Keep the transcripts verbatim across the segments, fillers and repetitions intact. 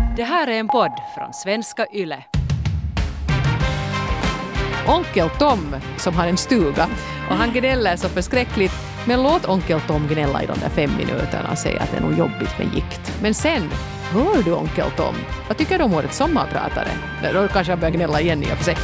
Det här är en podd från Svenska Yle. Onkel Tom som har en stuga och han gnäller så förskräckligt. Men låt onkel Tom gnälla i de där fem minuterna och säga att det är nog jobbigt med gikt. Men sen, hör du onkel Tom? Vad tycker du om årets sommarpratare? Då kanske jag börjar gnälla igen i och för sig.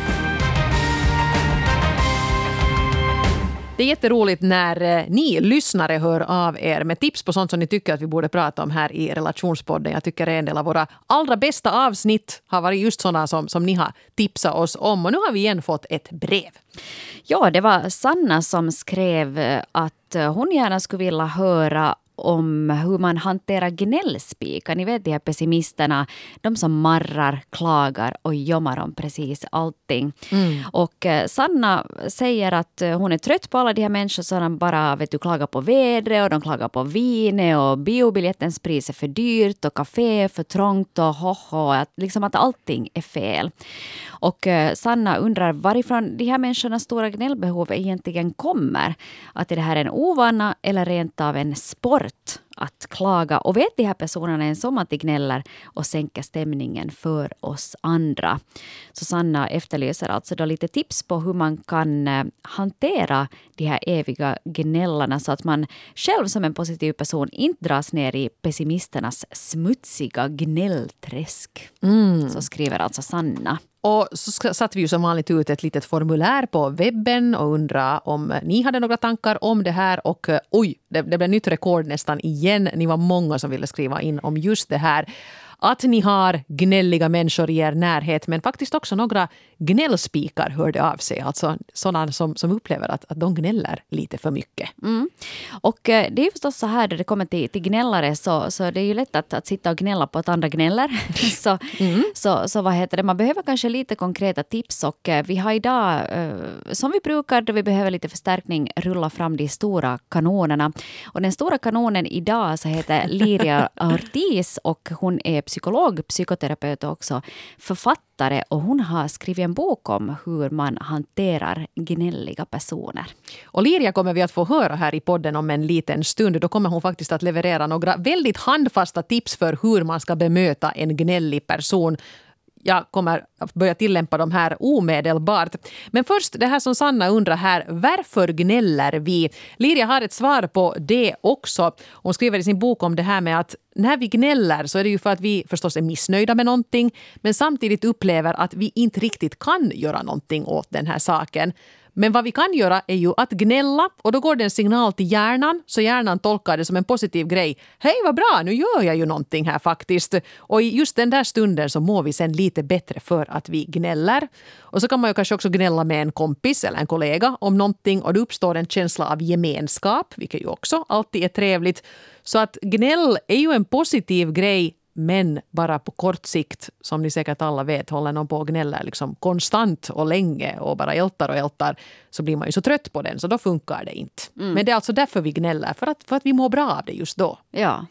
Det är jätteroligt när eh, ni lyssnare hör av er med tips på sånt som ni tycker att vi borde prata om här i Relationspodden. Jag tycker en del av våra allra bästa avsnitt har varit just sådana som, som ni har tipsat oss om. Och nu har vi igen fått ett brev. Ja, det var Sanna som skrev att hon gärna skulle vilja höra om hur man hanterar gnällspikar. Ni vet de här pessimisterna, de som marrar, klagar och jommar om precis allting. Mm. Och eh, Sanna säger att hon är trött på alla de här människor som bara vet du, klagar på vädret och de klagar på vinet och biobiljettens pris är för dyrt och kafé är för trångt och hoho, att, liksom att allting är fel. Och eh, Sanna undrar varifrån de här människornas stora gnällbehov egentligen kommer. Att det här är en ovana eller rent av en sport att klaga. Och vet de här personerna ens om att de gnäller och sänker stämningen för oss andra. Så Sanna efterlyser alltså då lite tips på hur man kan eh, hantera de här eviga gnällarna så att man själv som en positiv person inte dras ner i pessimisternas smutsiga gnällträsk. Mm. Så skriver alltså Sanna. Och så satt vi ju som vanligt ut ett litet formulär på webben och undra om ni hade några tankar om det här. Och oj, det, det blev nytt rekord nästan igen. Ni var många som ville skriva in om just det här. Att ni har gnälliga människor i er närhet, men faktiskt också några gnällspikar hörde av sig. Alltså sådana som, som upplever att, att de gnäller lite för mycket. Mm. Och eh, det är ju förstås så här när det kommer till, till gnällare så, så det är ju lätt att, att sitta och gnälla på att andra gnäller. så, mm. så, så vad heter det? Man behöver kanske lite konkreta tips och eh, vi har idag, eh, som vi brukar då vi behöver lite förstärkning, rulla fram de stora kanonerna. Och den stora kanonen idag så heter Liria Ortiz och hon är psykolog, psykoterapeut och också författare och hon har skrivit en bok om hur man hanterar gnälliga personer. Och Liria kommer vi att få höra här i podden om en liten stund. Då kommer hon faktiskt att leverera några väldigt handfasta tips för hur man ska bemöta en gnällig person. Jag kommer att börja tillämpa de här omedelbart. Men först det här som Sanna undrar här. Varför gnäller vi? Liria har ett svar på det också. Hon skriver i sin bok om det här med att när vi gnäller så är det ju för att vi förstås är missnöjda med någonting. Men samtidigt upplever att vi inte riktigt kan göra någonting åt den här saken. Men vad vi kan göra är ju att gnälla och då går det en signal till hjärnan så hjärnan tolkar det som en positiv grej. Hej vad bra, nu gör jag ju någonting här faktiskt. Och i just den där stunden så mår vi sen lite bättre för att vi gnäller. Och så kan man ju kanske också gnälla med en kompis eller en kollega om någonting och det uppstår en känsla av gemenskap, vilket ju också alltid är trevligt. Så att gnäll är ju en positiv grej. Men bara på kort sikt, som ni säkert alla vet, håller någon på och gnäller liksom konstant och länge och bara ältar och ältar så blir man ju så trött på den så då funkar det inte. Mm. Men det är alltså därför vi gnäller, för att, för att vi mår bra av det just då. Ja.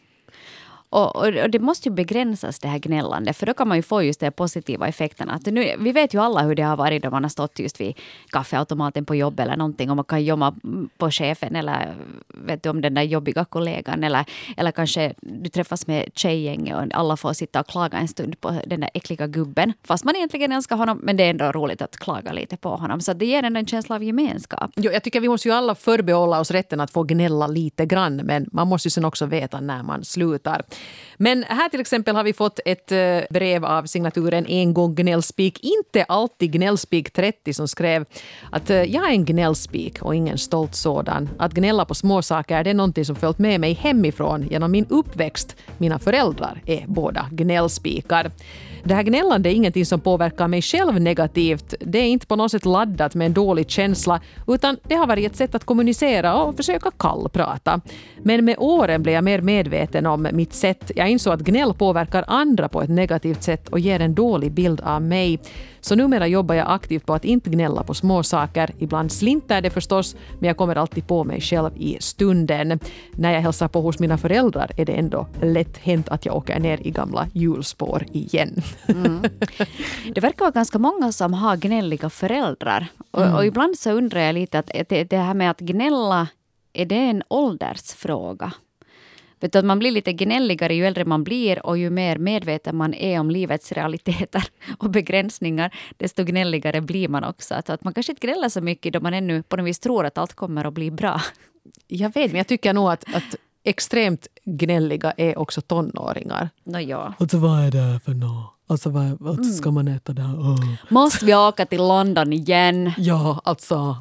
Och, och, och det måste ju begränsas det här gnällande för då kan man ju få just de positiva effekterna. Att nu, vi vet ju alla hur det har varit då man har stått just vid kaffeautomaten på jobb eller någonting och man kan jobba på chefen eller vet du om den där jobbiga kollegan eller, eller kanske du träffas med tjejgäng och alla får sitta och klaga en stund på den där äckliga gubben fast man egentligen älskar honom men det är ändå roligt att klaga lite på honom så det ger en känsla av gemenskap. Jo, jag tycker vi måste ju alla förbehålla oss rätten att få gnälla lite grann men man måste ju sen också veta när man slutar. Men här till exempel har vi fått ett brev av signaturen En gång gnällspik, inte alltid gnällspik trettio som skrev att jag är en gnällspik och ingen stolt sådan. Att gnälla på små saker det är någonting som följt med mig hemifrån genom min uppväxt. Mina föräldrar är båda gnällspikar. Det här gnällande är ingenting som påverkar mig själv negativt. Det är inte på något sätt laddat med en dålig känsla utan det har varit ett sätt att kommunicera och försöka kallprata. Men med åren blev jag mer medveten om mitt sätt. Jag insåg att gnäll påverkar andra på ett negativt sätt och ger en dålig bild av mig. Så numera jobbar jag aktivt på att inte gnälla på små saker. Ibland slintar det förstås, men jag kommer alltid på mig själv i stunden. När jag hälsar på hos mina föräldrar är det ändå lätt hänt att jag åker ner i gamla hjulspår igen. Mm. Det verkar vara ganska många som har gnälliga föräldrar. Och, mm. och ibland så undrar jag lite att det, det här med att gnälla, är det en åldersfråga? Vet du, att man blir lite gnälligare ju äldre man blir och ju mer medveten man är om livets realiteter och begränsningar, desto gnälligare blir man också. Att, att man kanske inte gnäller så mycket då man ännu på något vis tror att allt kommer att bli bra. Jag vet, men jag tycker nog att, att extremt gnälliga är också tonåringar. Nå ja. Alltså vad är det för något? Alltså vad, vad ska man äta där? Oh. Måste vi åka till London igen? Ja, alltså.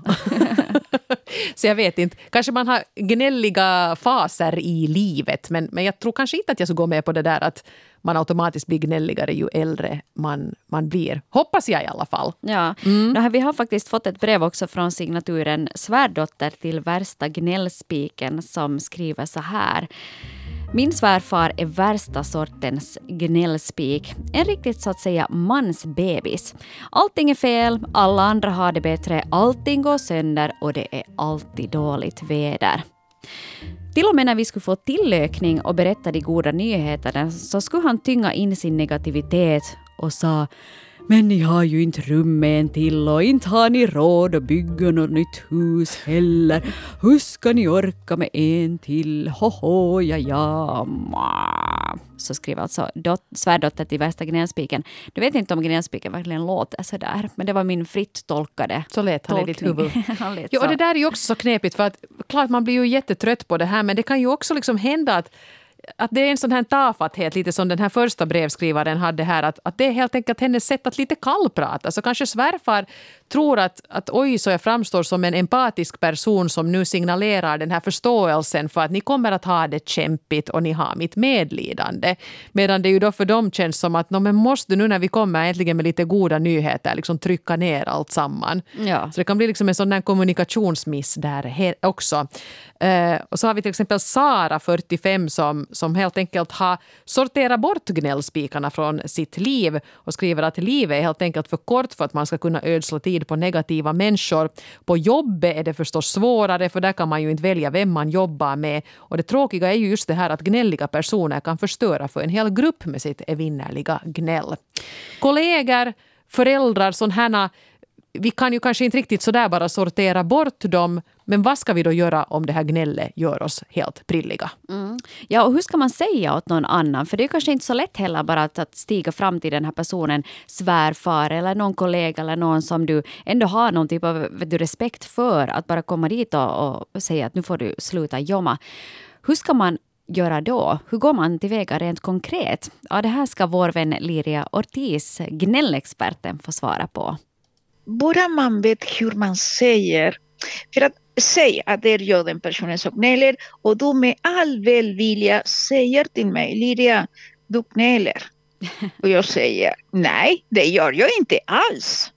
Så jag vet inte. Kanske man har gnälliga faser i livet. Men, men jag tror kanske inte att jag ska gå med på det där att man automatiskt blir gnälligare ju äldre man, man blir. Hoppas jag i alla fall. Ja, mm. Vi har faktiskt fått ett brev också från signaturen svärdotter till värsta gnällspiken som skriver så här. Min svärfar är värsta sortens gnällspik. En riktigt så att säga mansbebis. Allting är fel, alla andra har det bättre, allting går sönder och det är alltid dåligt väder. Till och med när vi skulle få tillökning och berätta de goda nyheterna så skulle han tynga in sin negativitet och sa: men ni har ju inte rum med en till och inte har ni råd att bygga något nytt hus heller. Hur ska ni orka med en till? Hoho, ja, ja, ma. Så skriver alltså dot, svärdotter till värsta gnällspiken. Du vet inte om gnällspiken verkligen låter så där, men det var min fritt tolkade Så lät han tolkning. i ditt huvud. Han lät Jo, och så. det där är ju också så knepigt för att klart man blir ju jättetrött på det här, men det kan ju också liksom hända att att det är en sån här tafatthet, lite som den här första brevskrivaren hade här, att, att det är helt enkelt hennes sätt att lite kallprata. Så kanske svärfar tror att, att oj, så jag framstår som en empatisk person som nu signalerar den här förståelsen för att ni kommer att ha det kämpigt och ni har mitt medlidande. Medan det ju då för dem känns som att no, men måste nu när vi kommer äntligen med lite goda nyheter liksom trycka ner allt samman. Ja. Så det kan bli liksom en sån här kommunikationsmiss där också. Uh, och så har vi till exempel Sara, fyrtiofem, som, som helt enkelt har sorterat bort gnällspikarna från sitt liv och skriver att livet är helt enkelt för kort för att man ska kunna ödsla tid på negativa människor. På jobbet är det förstås svårare, för där kan man ju inte välja vem man jobbar med. Och det tråkiga är ju just det här att gnälliga personer kan förstöra för en hel grupp med sitt evinnerliga gnäll. Kollegor, föräldrar, sån här, vi kan ju kanske inte riktigt sådär bara sortera bort dem, men vad ska vi då göra om det här gnället gör oss helt prilliga? Mm. Ja, och hur ska man säga åt någon annan? För det är kanske inte så lätt heller bara att, att stiga fram till den här personen, svärfar eller någon kollega eller någon som du ändå har någon typ av vet du, respekt för, att bara komma dit och, och säga att nu får du sluta jobba. Hur ska man göra då? Hur går man tillväga rent konkret? Ja, det här ska vår vän Liria Ortiz, gnällexperten, få svara på. Bara man vet hur man säger, för att säga att det är jag den personen som gnäller och du med all välvilja säger till mig, Liria, du gnäller. Och jag säger, nej, det gör jag inte alls.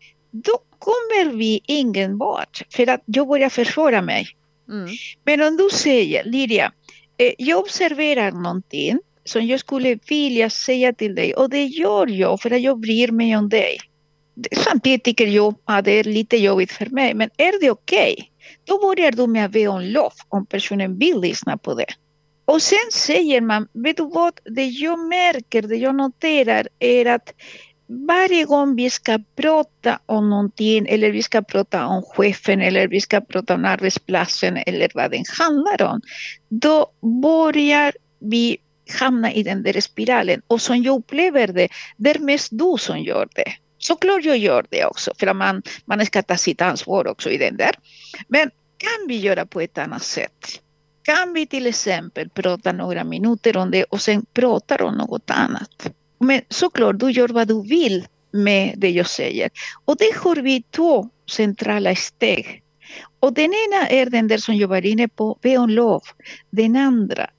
Då kommer vi ingen vart, för att jag börjar försvara mig. Mm. Men om du säger, Liria, jag observerar någonting som jag skulle vilja säga till dig och det gör jag för att jag bryr mig om dig. Samtidigt tycker jag att det är lite jobbigt för mig, men är det okej? Okay? Då börjar du med att be om lov om personen vill lyssna på det. Och sen säger man, vet du vad, det jag märker, det jag noterar är att varje gång vi ska prata om någonting eller vi ska prata om chefen eller vi ska prata om arbetsplatsen eller vad den handlar om, då börjar vi hamna i den där spiralen. Och som jag upplever det, det är mest du som gör det. Såklart jag gör det också, för att man, man ska ta sitt ansvar också i den där. Men kan vi göra på ett annat sätt? Kan vi till exempel prata några minuter om det och sen prata om något annat? Men såklart, du gör vad du vill med det jag säger. Och det har vi två centrala steg. Och den ena är den där som jag var inne på, be om lov. Den andra,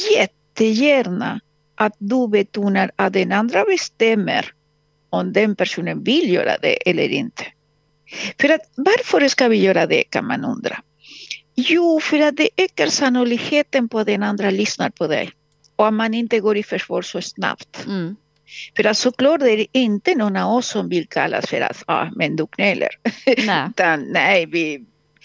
jättegärna att du betonar att den andra bestämmer om den personen vill göra det eller inte. För att varför ska vi göra det, kan man undra. Jo, för att det ökar sannolikheten på att den andra lyssnar på dig. Och att man inte går i försvar så snabbt. Mm. För att såklart är det inte någon av oss som vill kallas för att ah, men du gnäller. Nej. Utan, nej, vi...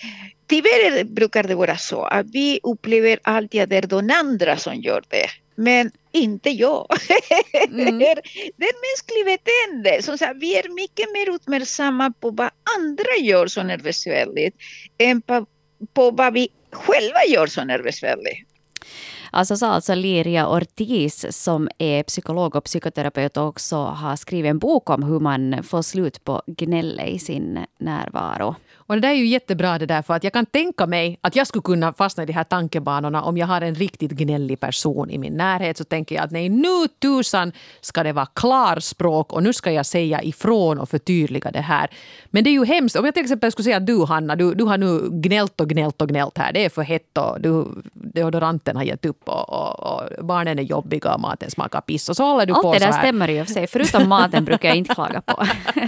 Tyvärr brukar det vara så att vi upplever alltid att det är de andra som gör det. Men inte jag. Mm. det, är, det är mänskligt beteende. Som sagt, vi är mycket mer uppmärksamma på vad andra gör som är besvärligt än på, på vad vi själva gör som är besvärligt. Alltså sa alltså Liria Ortiz som är psykolog och psykoterapeut och också har skrivit en bok om hur man får slut på gnälle i sin närvaro. Och det där är ju jättebra det där, för att jag kan tänka mig att jag skulle kunna fastna i de här tankebanorna om jag har en riktigt gnällig person i min närhet. Så tänker jag att nej, nu tusan ska det vara klarspråk och nu ska jag säga ifrån och förtydliga det här. Men det är ju hemskt. Om jag till exempel skulle säga att du Hanna, du, du har nu gnällt och gnällt och gnällt här. Det är för hett och du, deodoranten har gett upp och, och, och barnen är jobbiga och maten smakar piss. Och så håller du Allt på det så där här. stämmer ju för sig. Förutom maten brukar jag inte klaga på.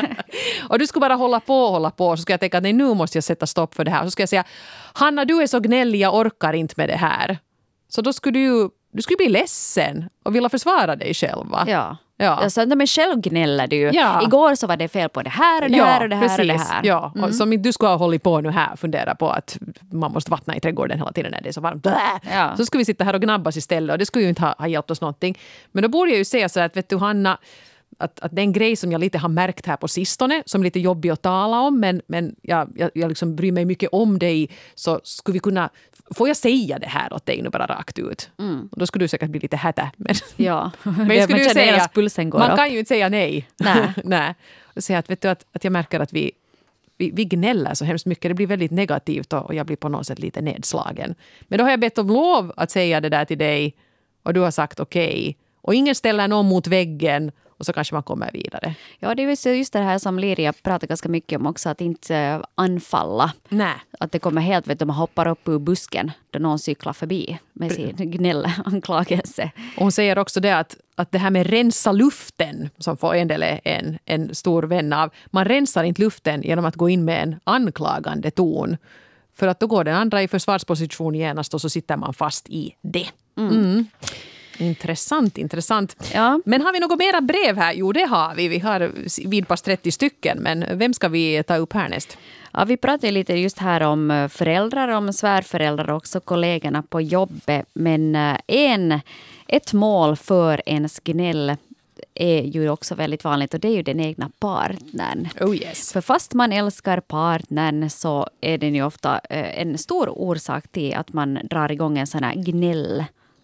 Och du skulle bara hålla på och hålla på. Så ska jag tänka att nej, nu måste jag sätta stopp för det här. Så ska jag säga, Hanna, du är så gnällig, jag orkar inte med det här. Så då skulle du, du skulle bli ledsen och vilja försvara dig själv, va? Ja. Ja. Ja, så men själv gnäller du. Ja. Igår så var det fel på det här och det Ja, här och det här precis. och det här. Ja, Mm. och som du skulle ha hållit på nu här, fundera på att man måste vattna i trädgården hela tiden när det är så varmt. Blä! Ja. Så skulle vi sitta här och gnabbas istället och det skulle ju inte ha, ha hjälpt oss någonting. Men då borde jag ju säga så att, vet du Hanna, Att, att det är en grej som jag lite har märkt här på sistone, som är lite jobbig att tala om, men, men jag, jag, jag liksom bryr mig mycket om dig, så skulle vi kunna, får jag säga det här åt dig nu bara rakt ut? Mm. Och då skulle du säkert bli lite hätä. Men, Ja, men det skulle man du säga, att pulsen går man upp. kan ju inte säga nej. Nej. nej. Och säga att, vet du, att, att jag märker att vi, vi, vi gnäller så hemskt mycket, det blir väldigt negativt och, och jag blir på något sätt lite nedslagen. Men då har jag bett om lov att säga det där till dig och du har sagt okej. Okay. Och ingen ställer någon mot väggen. Och så kanske man kommer vidare. Ja, det är just det här som Liria pratar ganska mycket om också. Att inte anfalla. Nej. Att det kommer helt, vet du, man hoppar upp ur busken då någon cyklar förbi med sin gnällanklagelse. Och hon säger också det att, att det här med rensa luften, som för en del är en, en stor vän av. Man rensar inte luften genom att gå in med en anklagande ton. För att då går den andra i försvarsposition genast och så sitter man fast i det. Mm. Mm. Intressant, intressant. Ja. Men har vi något mera brev här? Jo, det har vi. Vi har vid pass trettio stycken. Men vem ska vi ta upp härnäst? Ja, vi pratade lite just här om föräldrar, om svärföräldrar och också kollegorna på jobbet. Men en, ett mål för ens gnäll är ju också väldigt vanligt och det är ju den egna partnern. Oh yes. För fast man älskar partnern så är den ju ofta en stor orsak till att man drar igång en sån här gnäll.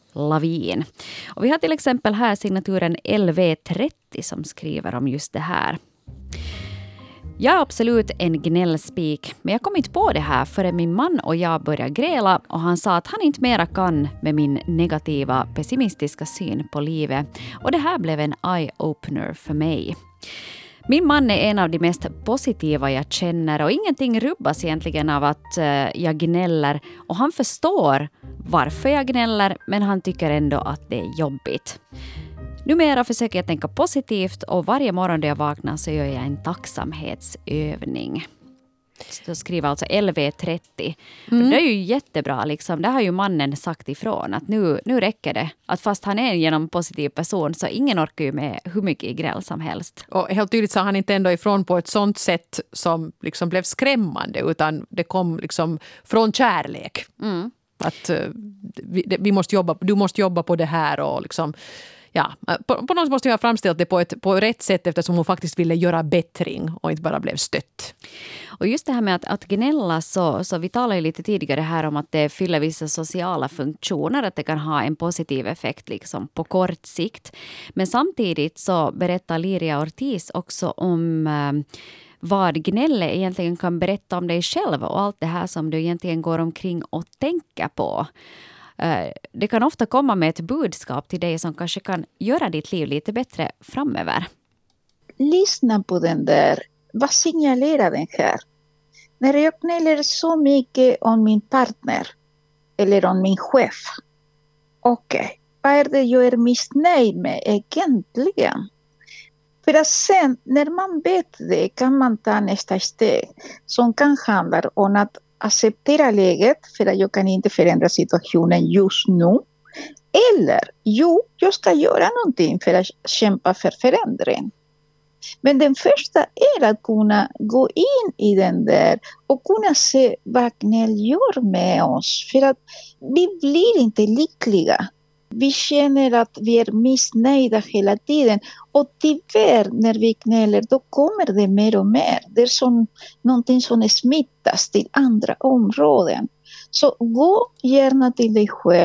Lavin. Och vi har till exempel här signaturen L V trettio som skriver om just det här. Jag är absolut en gnällspik, men jag kom inte på det här förrän min man och jag började gräla och han sa att han inte mera kan med min negativa, pessimistiska syn på livet. Och det här blev en eye-opener för mig. Min man är en av de mest positiva jag känner och ingenting rubbas egentligen av att uh, jag gnäller. Och han förstår varför jag gnäller, men han tycker ändå att det är jobbigt. Numera försöker jag tänka positivt och varje morgon då jag vaknar så gör jag en tacksamhetsövning. Så skriver alltså L V trettio. Mm. Det är ju jättebra. Liksom. Det har ju mannen sagt ifrån. Att nu, nu räcker det. Att fast han är en genom positiv person så ingen orkar ju med hur mycket i gräl som helst. Och helt tydligt sa han inte ändå ifrån på ett sånt sätt som liksom blev skrämmande. Utan det kom liksom från kärlek. Mm. Att uh, vi, det, vi måste jobba, du måste jobba på det här och liksom... Ja, på, på något måste jag ha framställt det på ett på rätt sätt eftersom hon faktiskt ville göra bättring och inte bara blev stött. Och just det här med att, att gnälla så, så vi talade ju lite tidigare här om att det fyller vissa sociala funktioner, att det kan ha en positiv effekt liksom på kort sikt. Men samtidigt så berättar Liria Ortiz också om eh, vad gnälle egentligen kan berätta om dig själv och allt det här som du egentligen går omkring och tänker på. Det kan ofta komma med ett budskap till dig som kanske kan göra ditt liv lite bättre framöver. Lyssna på den där. Vad signalerar den här? När jag gnäller så mycket om min partner eller om min chef. Okej, okay. Vad är det jag är missnöjd med egentligen? För att sen, när man vet det, kan man ta nästa steg som kan handla om att acceptera läget för att jag kan inte förändra situationen just nu. Eller, jo, jag ska göra någonting för att kämpa för förändring. Men den första är att kunna gå in i den där och kunna se vad gnäll gör med oss. För att vi blir inte lyckliga. Vi känner att vi är missnöjda hela tiden. Och tyvärr när vi gnäller då kommer det mer och mer. Det är som någonting som smittas till andra områden. Så gå gärna till dig själv.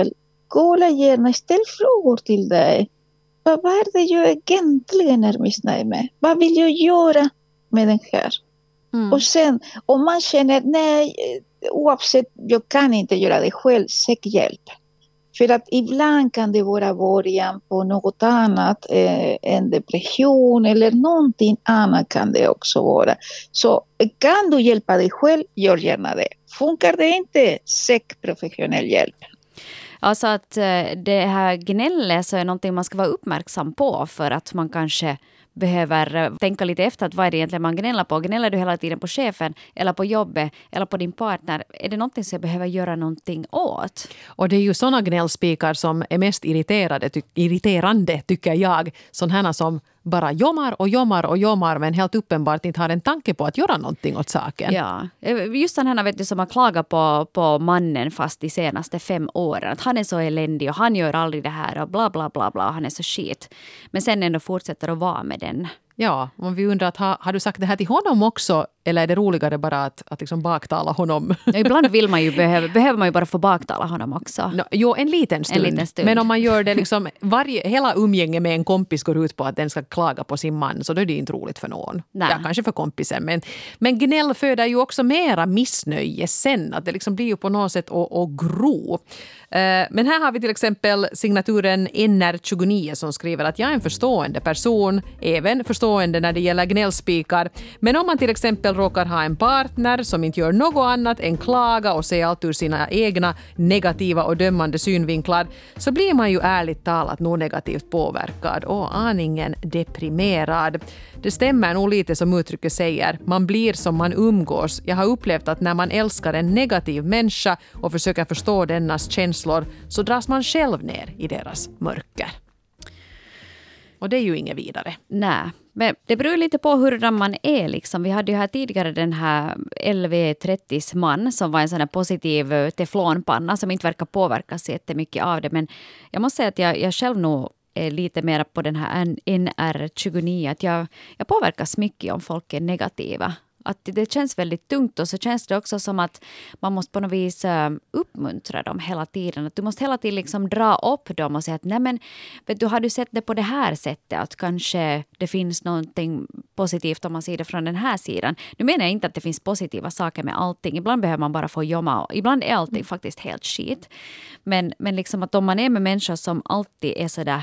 kolla gärna, ställ frågor till dig. Vad, vad är det jag egentligen är missnöjd med? Vad vill jag göra med den här? Mm. Och sen, om man känner, nej, oavsett, jag kan inte göra det själv, sök hjälp. För att ibland kan det vara början på något annat, eh, en depression eller någonting annat kan det också vara. Så kan du hjälpa dig själv, gör gärna det. Funkar det inte, sök professionell hjälp. Alltså att det här gnället så är någonting man ska vara uppmärksam på för att man kanske behöver tänka lite efter att vad är det egentligen man gnäller på. Gnäller du hela tiden på chefen eller på jobbet eller på din partner? Är det någonting som jag behöver göra någonting åt? Och det är ju sådana gnällspikar som är mest irriterade, ty- irriterande tycker jag. Sådana som bara jommar och jommar och jommar men helt uppenbart inte har en tanke på att göra någonting åt saken. Ja, just den här vet du, som har klagat på, på mannen fast de senaste fem åren. Att han är så eländig och han gör aldrig det här och bla bla bla bla. Han är så shit. Men sen ändå fortsätter att vara med den. Ja, om vi undrar att ha, har du sagt det här till honom också eller är det roligare bara att, att liksom baktala honom? Ja, ibland vill man ju behöva, behöver man ju bara få baktala honom också. No, jo, en liten, stund. en liten stund. Men om man gör det liksom, varje, hela umgänge med en kompis går ut på att den ska klaga på sin man så då är det inte roligt för någon. Nej. Ja, kanske för kompisen. Men, men gnäll föder ju också mera missnöje sen. Att det liksom blir ju på något sätt att, att gro. Men här har vi till exempel signaturen N R tjugonio som skriver att jag är en förstående person, även förstående när det gäller gnällspikar. Men om man till exempel råkar ha en partner som inte gör något annat än klaga och se allt ur sina egna negativa och dömande synvinklar så blir man ju ärligt talat nog negativt påverkad och aningen deprimerad. Det stämmer nog lite som uttrycket säger. Man blir som man umgås. Jag har upplevt att när man älskar en negativ människa och försöker förstå dennas känslor så dras man själv ner i deras mörker. Och det är ju inget vidare. Nej, men det beror lite på hur man är. Liksom. Vi hade ju här tidigare den här L V trettio:s man som var en sån här positiv teflonpanna som inte verkar påverkas jättemycket av det. Men jag måste säga att jag, jag själv nog är lite mer på den här N R tjugonio. Att jag, jag påverkas mycket om folk är negativa. Att det känns väldigt tungt och så känns det också som att man måste på något vis uppmuntra dem hela tiden. Att du måste hela tiden liksom dra upp dem och säga att nej men vet du, har du sett det på det här sättet att kanske det finns någonting positivt om man ser det från den här sidan. Nu menar jag inte att det finns positiva saker med allting. Ibland behöver man bara få jobba och ibland är allting faktiskt helt skit. Men, men liksom att om man är med människor som alltid är sådär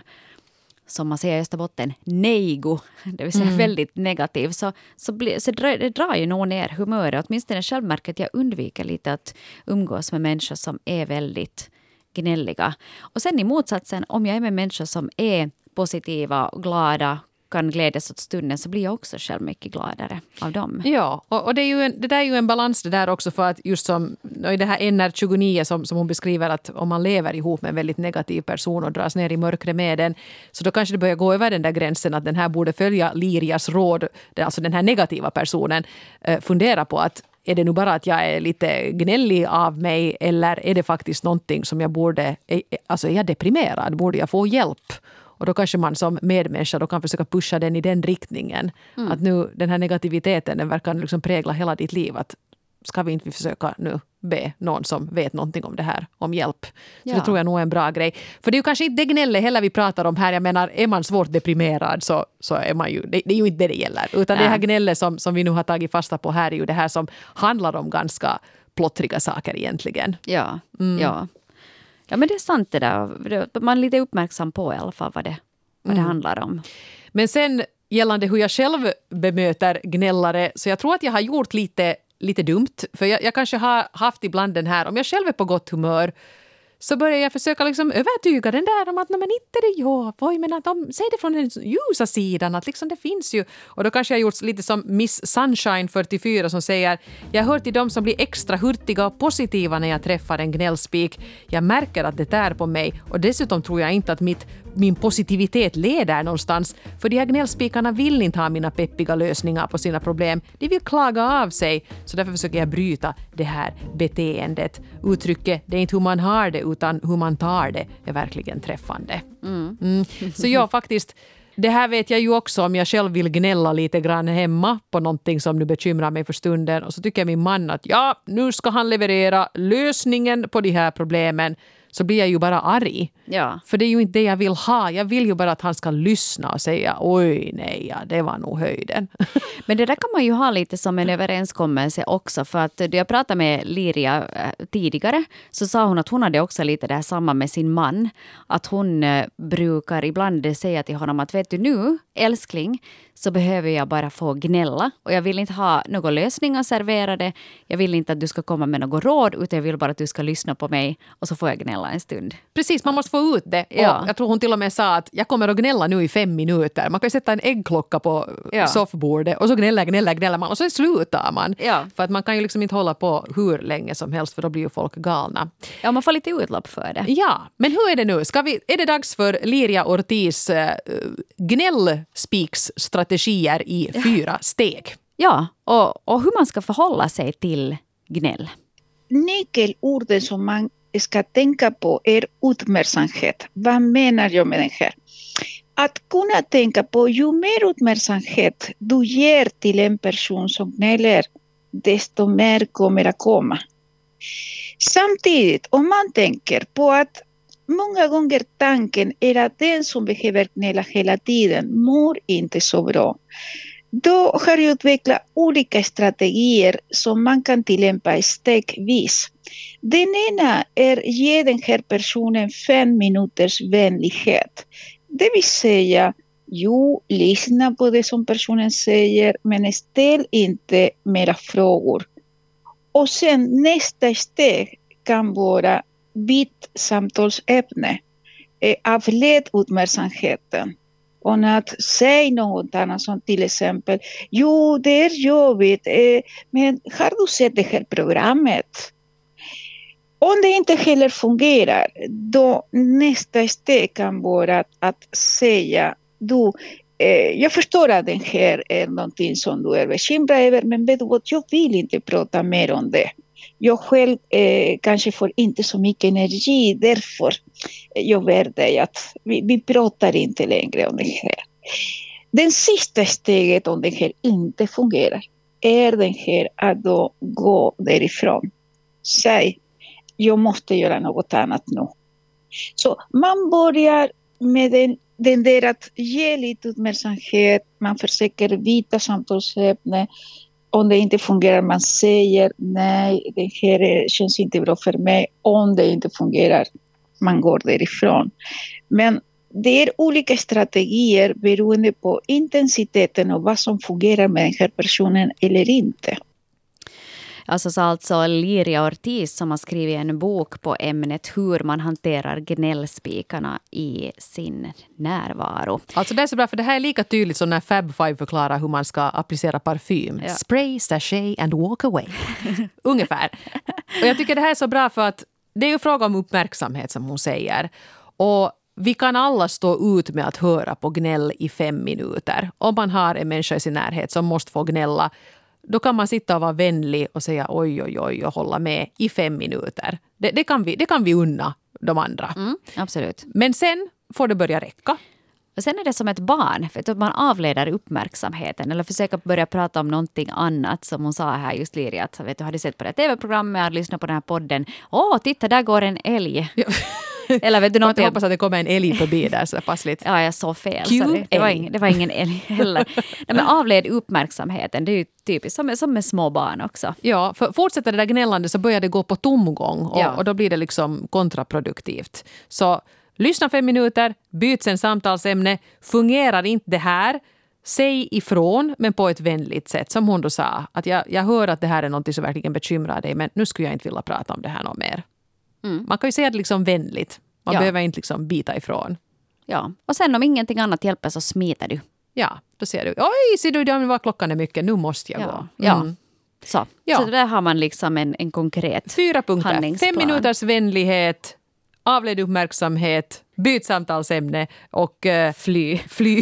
som man säger i Österbotten, nejgo, det vill säga mm. väldigt negativ, så, så, bli, så drar, det drar ju nog ner humöret. Åtminstone själv märker att jag undviker lite att umgås med människor som är väldigt gnälliga. Och sen i motsatsen, om jag är med människor som är positiva och glada, kan glädjas åt stunden, så blir jag också själv mycket gladare av dem. Ja, och, och det, är ju en, det där är ju en balans det där också, för att just som i det här N R tjugonio som, som hon beskriver, att om man lever ihop med en väldigt negativ person och dras ner i mörkret med den, så då kanske det börjar gå över den där gränsen att den här borde följa Lirias råd, alltså den här negativa personen, eh, fundera på att är det nu bara att jag är lite gnällig av mig eller är det faktiskt någonting som jag borde, alltså är jag deprimerad, borde jag få hjälp? Och då kanske man som medmänniska då kan försöka pusha den i den riktningen. Mm. Att nu den här negativiteten den verkar liksom prägla hela ditt liv. Att ska vi inte försöka nu be någon som vet någonting om det här, om hjälp. Så ja. Det tror jag nog är en bra grej. För det är ju kanske inte det gnälle heller vi pratar om här. Jag menar, är man svårt deprimerad så, så är man ju, det, det är ju inte det det gäller. Utan Nej. Det här gnälle som, som vi nu har tagit fasta på här är ju det här som handlar om ganska plottriga saker egentligen. Ja, mm. ja. Ja, men det är sant det där. Man är lite uppmärksam på i alla fall vad det, vad mm. det handlar om. Men sen gällande hur jag själv bemöter gnällare, så jag tror att jag har gjort lite, lite dumt. För jag, jag kanske har haft ibland den här, om jag själv är på gott humör så börjar jag försöka liksom övertyga den där om att men inte det jag. Oj, men att de säger det från den ljusa sidan att liksom det finns ju. Och då kanske jag har gjort lite som Miss Sunshine fyrtiofyra som säger jag hör till dem som blir extra hurtiga och positiva när jag träffar en gnällspik. Jag märker att det tär på mig och dessutom tror jag inte att mitt min positivitet leder någonstans. För de här gnällspikarna vill inte ha mina peppiga lösningar på sina problem. De vill klaga av sig. Så därför försöker jag bryta det här beteendet. Uttrycket, det är inte hur man har det utan hur man tar det är verkligen träffande. Mm. Mm. Så jag faktiskt, det här vet jag ju också om jag själv vill gnälla lite grann hemma på någonting som nu bekymrar mig för stunden. Och så tycker min man att ja, nu ska han leverera lösningen på de här problemen. så blir jag ju bara arg. Ja. För det är ju inte det jag vill ha. Jag vill ju bara att han ska lyssna och säga oj nej, ja, det var nog höjden. Men det där kan man ju ha lite som en överenskommelse också. För att då jag pratade med Liria tidigare så sa hon att hon hade också lite det här samma med sin man. Att hon brukar ibland säga till honom att vet du nu, älskling, så behöver jag bara få gnälla. Och jag vill inte ha några lösningar serverade. Jag vill inte att du ska komma med något råd, utan jag vill bara att du ska lyssna på mig och så får jag gnälla en stund. Precis, man måste få ut det. Ja. Och jag tror hon till och med sa att jag kommer att gnälla nu i fem minuter. Man kan ju sätta en äggklocka på Ja. soffbordet och så gnäller, gnäller, gnäller man och så slutar man. Ja. För att man kan ju liksom inte hålla på hur länge som helst för då blir ju folk galna. Ja, man får lite utlopp för det. Ja, men hur är det nu? Ska vi, är det dags för Liria Ortiz uh, gnällspiksstrategier i fyra steg? Ja, och, och hur man ska förhålla sig till gnäll. Nyckelorden som man ska tänka på är uppmärksamhet. Vad menar jag med den här? Att kunna tänka på ju mer uppmärksamhet du ger till en person som gnäller, desto mer kommer att komma. Samtidigt, om man tänker på att många gånger tanken är att den som behöver gnälla hela tiden mår inte så bra. Då har jag utvecklat olika strategier som man kan tillämpa stegvis. Den ena är att ge den här personen fem minuters vänlighet. Det vill säga, jo, lyssna på det som personen säger, men ställ inte mera frågor. Och sen nästa steg kan vara byt samtalsämne. Eh, avled uppmärksamheten. Och att säga något annat som till exempel, jo det är jobbigt, eh, men har du sett det här programmet? Om det inte heller fungerar, då nästa steg kan vara att, att säga, du, eh, jag förstår att det här är någonting som du är bekymrad över, men vet du vad, jag vill inte prata mer om det. Jag själv eh, kanske får inte så mycket energi, därför jag ber dig att vi, vi pratar inte längre om det här. Den sista steget om det här inte fungerar är den här att då gå därifrån. Säg, jag måste göra något annat nu. Så man börjar med den, den där att ge lite uppmärksamhet, man försöker byta samtalsämne. Om det inte fungerar, man säger nej, det här känns inte bra för mig. Om det inte fungerar, man går därifrån. Men det är olika strategier beroende på intensiteten och vad som fungerar med den här personen eller inte. Alltså så alltså Liria Ortiz som har skrivit en bok på ämnet hur man hanterar gnällspikarna i sin närvaro. Alltså det är så bra, för det här är lika tydligt som när Fab Five förklarar hur man ska applicera parfym. Ja. Spray, sachet and walk away. Ungefär. Och jag tycker det här är så bra för att det är ju fråga om uppmärksamhet som hon säger. Och vi kan alla stå ut med att höra på gnäll i fem minuter. Om man har en människa i sin närhet som måste få gnälla, då kan man sitta och vara vänlig och säga oj, oj, oj och hålla med i fem minuter. Det, det, kan, vi, det kan vi unna de andra. Mm, absolut. Men sen får det börja räcka. Och sen är det som ett barn, för att man avleder uppmärksamheten eller försöker börja prata om någonting annat, som hon sa här just Liria, att vet du, hade sett på det tv-programmet, jag hade lyssnat på den här podden. Åh, titta, där går en älg. Ja. Eller vet du något? Jag hoppas att det kommer en älg förbi där så passligt. Ja, jag såg fel. Q Sorry. Det, var älg. ingen, det var ingen älg heller. Nej, men avled uppmärksamheten, det är ju typiskt som, som med små barn också. Ja, för fortsätter det där gnällande så börjar det gå på tomgång och, Ja. och då blir det liksom kontraproduktivt. Så lyssna fem minuter, byt sen samtalsämne, fungerar inte det här, säg ifrån men på ett vänligt sätt. Som hon då sa, att jag, jag hör att det här är något som verkligen bekymrar dig, men nu skulle jag inte vilja prata om det här något mer. Mm. Man kan ju säga det liksom vänligt. Man Ja. behöver inte liksom bita ifrån. Ja, och sen om ingenting annat hjälper så smiter du. Ja, då ser du, oj, ser du, det var klockan är mycket, nu måste jag Ja. gå. Ja. Mm. Så. Ja. så där har man liksom en, en konkret Fyra punkter. handlingsplan. Fem minuters vänlighet, avled uppmärksamhet, byt samtalsämne och eh, fly. fly.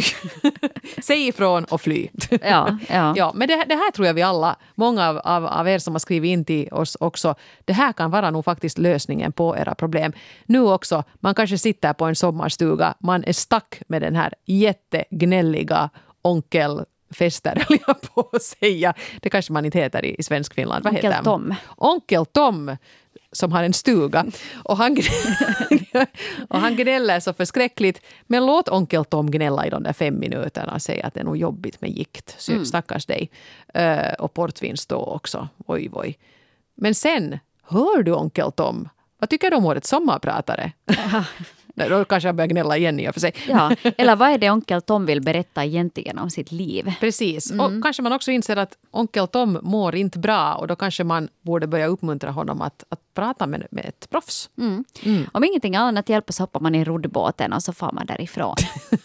Säg ifrån och fly. Ja, ja. Ja, men det, det här tror jag vi alla, många av, av, av er som har skrivit in till oss också, det här kan vara nog faktiskt lösningen på era problem. Nu också, man kanske sitter på en sommarstuga, man är stack med den här jättegnälliga onkelfester, höll jag på att säga. Det kanske man inte heter i, i svensk Finland. Vad Onkel heter han? Tom. Onkel Tom. som har en stuga. Och han, och han gnäller så förskräckligt. Men låt onkel Tom gnälla i de där fem minuterna och säga att det är nog jobbigt med gikt. Mm. Stackars dig. Uh, och portvinst då också. Oj, oj. Men sen, hör du onkel Tom? Vad tycker du om årets sommarpratare? Nej, då kanske jag börjar gnälla igen i och för sig. Ja, eller vad är det onkel Tom vill berätta egentligen om sitt liv? Precis, Mm. och kanske man också inser att onkel Tom mår inte bra och då kanske man borde börja uppmuntra honom att, att prata med, med ett proffs. Mm. Mm. Om ingenting annat hjälper så hoppar man i roddbåten och så får man därifrån.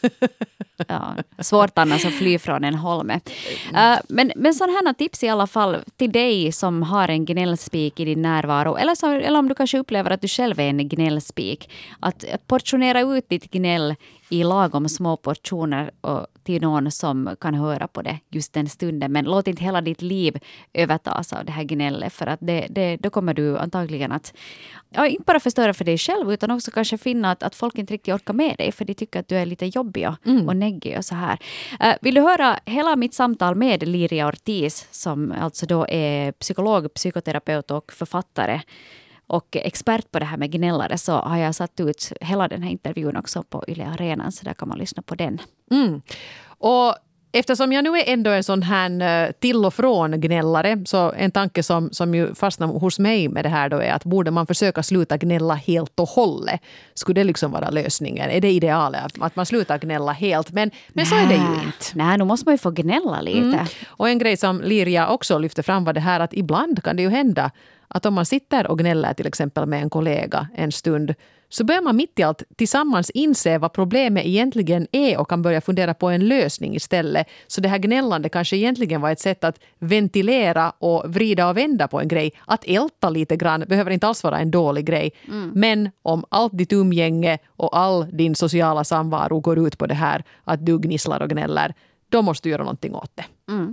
Ja, svårt annars att fly från en holme. Uh, men, men sådana här tips i alla fall till dig som har en gnällspik i din närvaro. Eller, så, eller om du kanske upplever att du själv är en gnällspik. Att portionera ut ditt gnäll i lagom små portioner och till någon som kan höra på det just den stunden. Men låt inte hela ditt liv övertas av det här gnället. För att det, det, då kommer du antagligen att ja, inte bara förstöra för dig själv utan också kanske finna att, att folk inte riktigt orkar med dig för de tycker att du är lite jobbig och, mm. och neggig och så här. Uh, vill du höra hela mitt samtal med Liria Ortiz som alltså då är psykolog, psykoterapeut och författare och expert på det här med gnällare, så har jag satt ut hela den här intervjun också på Yle Arenan, så där kan man lyssna på den. Mm. Och eftersom jag nu är ändå en sån här till och från gnällare, så en tanke som, som ju fastnar hos mig med det här då är att borde man försöka sluta gnälla helt och hållet? Skulle det liksom vara lösningen? Är det idealet att man slutar gnälla helt? Men, men så är det ju inte. Nej, nu måste man ju få gnälla lite. Mm. Och en grej som Liria också lyfter fram var det här att ibland kan det ju hända att om man sitter och gnäller till exempel med en kollega en stund, så börjar man mitt i allt tillsammans inse vad problemet egentligen är och kan börja fundera på en lösning istället. Så det här gnällande kanske egentligen var ett sätt att ventilera och vrida och vända på en grej. Att älta lite grann behöver inte alls vara en dålig grej. Mm. Men om allt ditt umgänge och all din sociala samvaro går ut på det här att du gnisslar och gnäller, då måste du göra någonting åt det. Mm.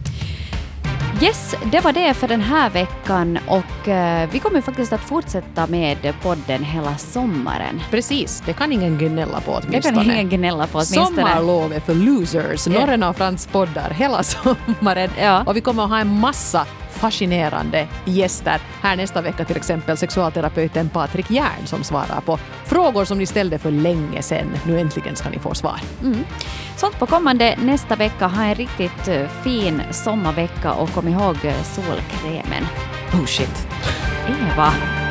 Yes, det var det för den här veckan och uh, vi kommer faktiskt att fortsätta med podden hela sommaren. Precis, det kan ingen gnälla på åtminstone. Det kan ingen gnälla på åtminstone. Sommarlov är för losers, yeah. Norren av Frans poddar hela sommaren. Ja. Och vi kommer att ha en massa fascinerande gäster. Här nästa vecka till exempel sexualterapeuten Patrik Järn som svarar på frågor som ni ställde för länge sedan. Nu äntligen ska ni få svar. Mm. Sånt på kommande nästa vecka. Ha en riktigt uh, fin sommarvecka och kom ihåg uh, solkrämen. Oh shit. Eva.